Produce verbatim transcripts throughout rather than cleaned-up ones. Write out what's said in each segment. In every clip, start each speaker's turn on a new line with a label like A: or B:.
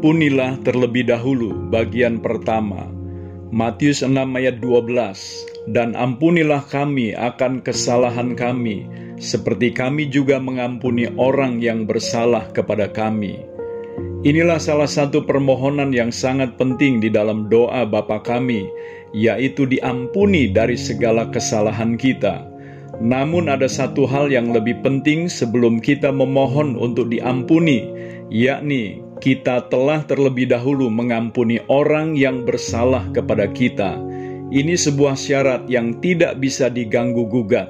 A: ampunilah terlebih dahulu. Bagian pertama, Matius enam ayat dua belas. Dan ampunilah kami akan kesalahan kami, seperti kami juga mengampuni orang yang bersalah kepada kami. Inilah salah satu permohonan yang sangat penting di dalam doa Bapa kami, yaitu diampuni dari segala kesalahan kita. Namun ada satu hal yang lebih penting sebelum kita memohon untuk diampuni, yakni kita telah terlebih dahulu mengampuni orang yang bersalah kepada kita. Ini sebuah syarat yang tidak bisa diganggu-gugat.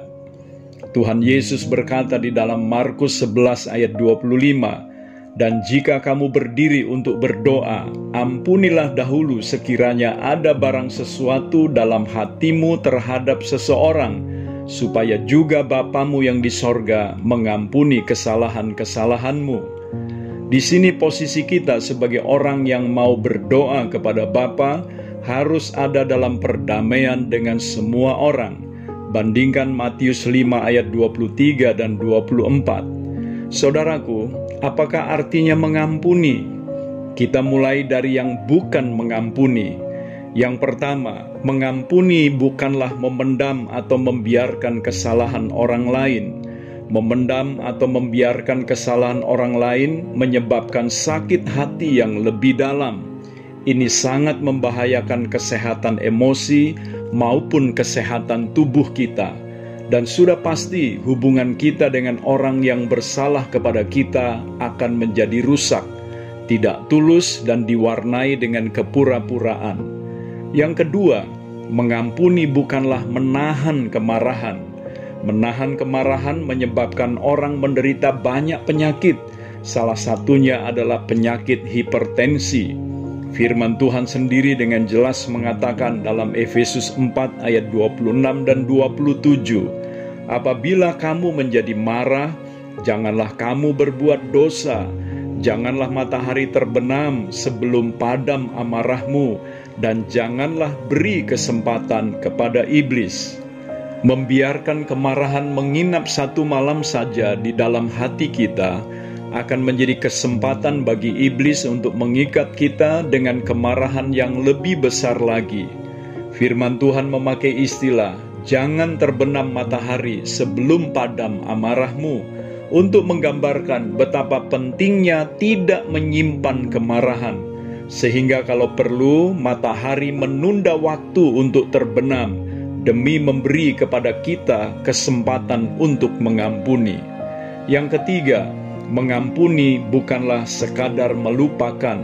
A: Tuhan Yesus berkata di dalam Markus sebelas ayat dua puluh lima, "Dan jika kamu berdiri untuk berdoa, ampunilah dahulu sekiranya ada barang sesuatu dalam hatimu terhadap seseorang, supaya juga Bapamu yang di sorga mengampuni kesalahan-kesalahanmu." Di sini posisi kita sebagai orang yang mau berdoa kepada Bapa harus ada dalam perdamaian dengan semua orang. Bandingkan Matius lima ayat dua puluh tiga dan dua puluh empat. Saudaraku, apakah artinya mengampuni? Kita mulai dari yang bukan mengampuni. Yang pertama, mengampuni bukanlah memendam atau membiarkan kesalahan orang lain. Memendam atau membiarkan kesalahan orang lain menyebabkan sakit hati yang lebih dalam. Ini sangat membahayakan kesehatan emosi maupun kesehatan tubuh kita. Dan sudah pasti hubungan kita dengan orang yang bersalah kepada kita akan menjadi rusak, tidak tulus dan diwarnai dengan kepura-puraan. Yang kedua, mengampuni bukanlah menahan kemarahan. Menahan kemarahan menyebabkan orang menderita banyak penyakit. Salah satunya adalah penyakit hipertensi. Firman Tuhan sendiri dengan jelas mengatakan dalam Efesus empat ayat dua puluh enam dan dua puluh tujuh, "Apabila kamu menjadi marah, janganlah kamu berbuat dosa. Janganlah matahari terbenam sebelum padam amarahmu, dan janganlah beri kesempatan kepada iblis." Membiarkan kemarahan menginap satu malam saja di dalam hati kita akan menjadi kesempatan bagi iblis untuk mengikat kita dengan kemarahan yang lebih besar lagi. Firman Tuhan memakai istilah, "Jangan terbenam matahari sebelum padam amarahmu," untuk menggambarkan betapa pentingnya tidak menyimpan kemarahan, sehingga kalau perlu matahari menunda waktu untuk terbenam demi memberi kepada kita kesempatan untuk mengampuni. Yang ketiga, mengampuni bukanlah sekadar melupakan.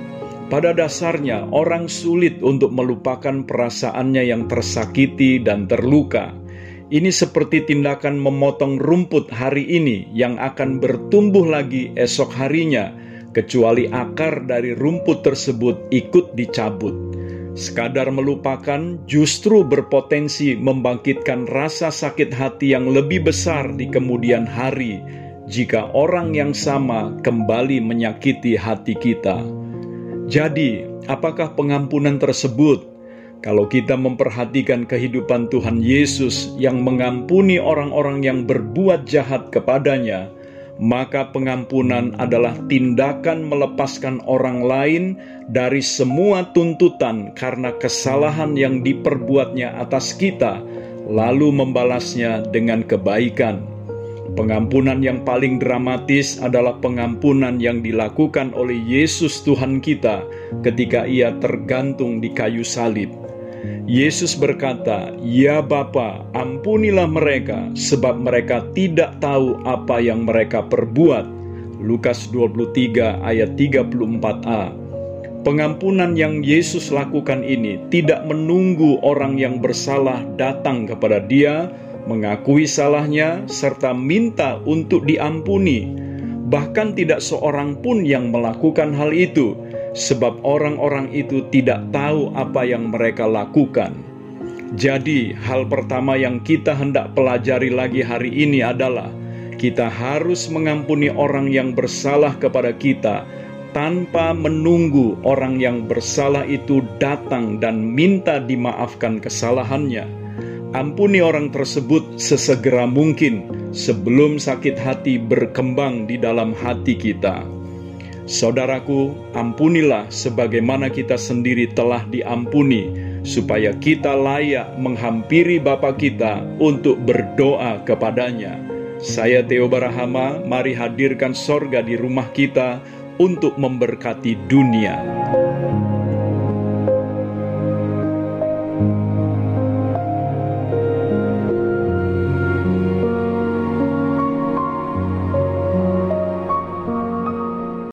A: Pada dasarnya, orang sulit untuk melupakan perasaannya yang tersakiti dan terluka. Ini seperti tindakan memotong rumput hari ini yang akan bertumbuh lagi esok harinya, kecuali akar dari rumput tersebut ikut dicabut. Sekadar melupakan justru berpotensi membangkitkan rasa sakit hati yang lebih besar di kemudian hari jika orang yang sama kembali menyakiti hati kita. Jadi, apakah pengampunan tersebut? Kalau kita memperhatikan kehidupan Tuhan Yesus yang mengampuni orang-orang yang berbuat jahat kepadanya, maka pengampunan adalah tindakan melepaskan orang lain dari semua tuntutan karena kesalahan yang diperbuatnya atas kita, lalu membalasnya dengan kebaikan. Pengampunan yang paling dramatis adalah pengampunan yang dilakukan oleh Yesus Tuhan kita ketika Ia tergantung di kayu salib. Yesus berkata, "Ya Bapa, ampunilah mereka, sebab mereka tidak tahu apa yang mereka perbuat." Lukas dua puluh tiga ayat tiga puluh empat a. Pengampunan yang Yesus lakukan ini tidak menunggu orang yang bersalah datang kepada Dia, mengakui salahnya, serta minta untuk diampuni. Bahkan tidak seorang pun yang melakukan hal itu, sebab orang-orang itu tidak tahu apa yang mereka lakukan. Jadi, hal pertama yang kita hendak pelajari lagi hari ini adalah kita harus mengampuni orang yang bersalah kepada kita tanpa menunggu orang yang bersalah itu datang dan minta dimaafkan kesalahannya. Ampuni orang tersebut sesegera mungkin sebelum sakit hati berkembang di dalam hati kita. Saudaraku, ampunilah sebagaimana kita sendiri telah diampuni, supaya kita layak menghampiri Bapa kita untuk berdoa kepadanya. Saya Theo Barahama, mari hadirkan sorga di rumah kita untuk memberkati dunia.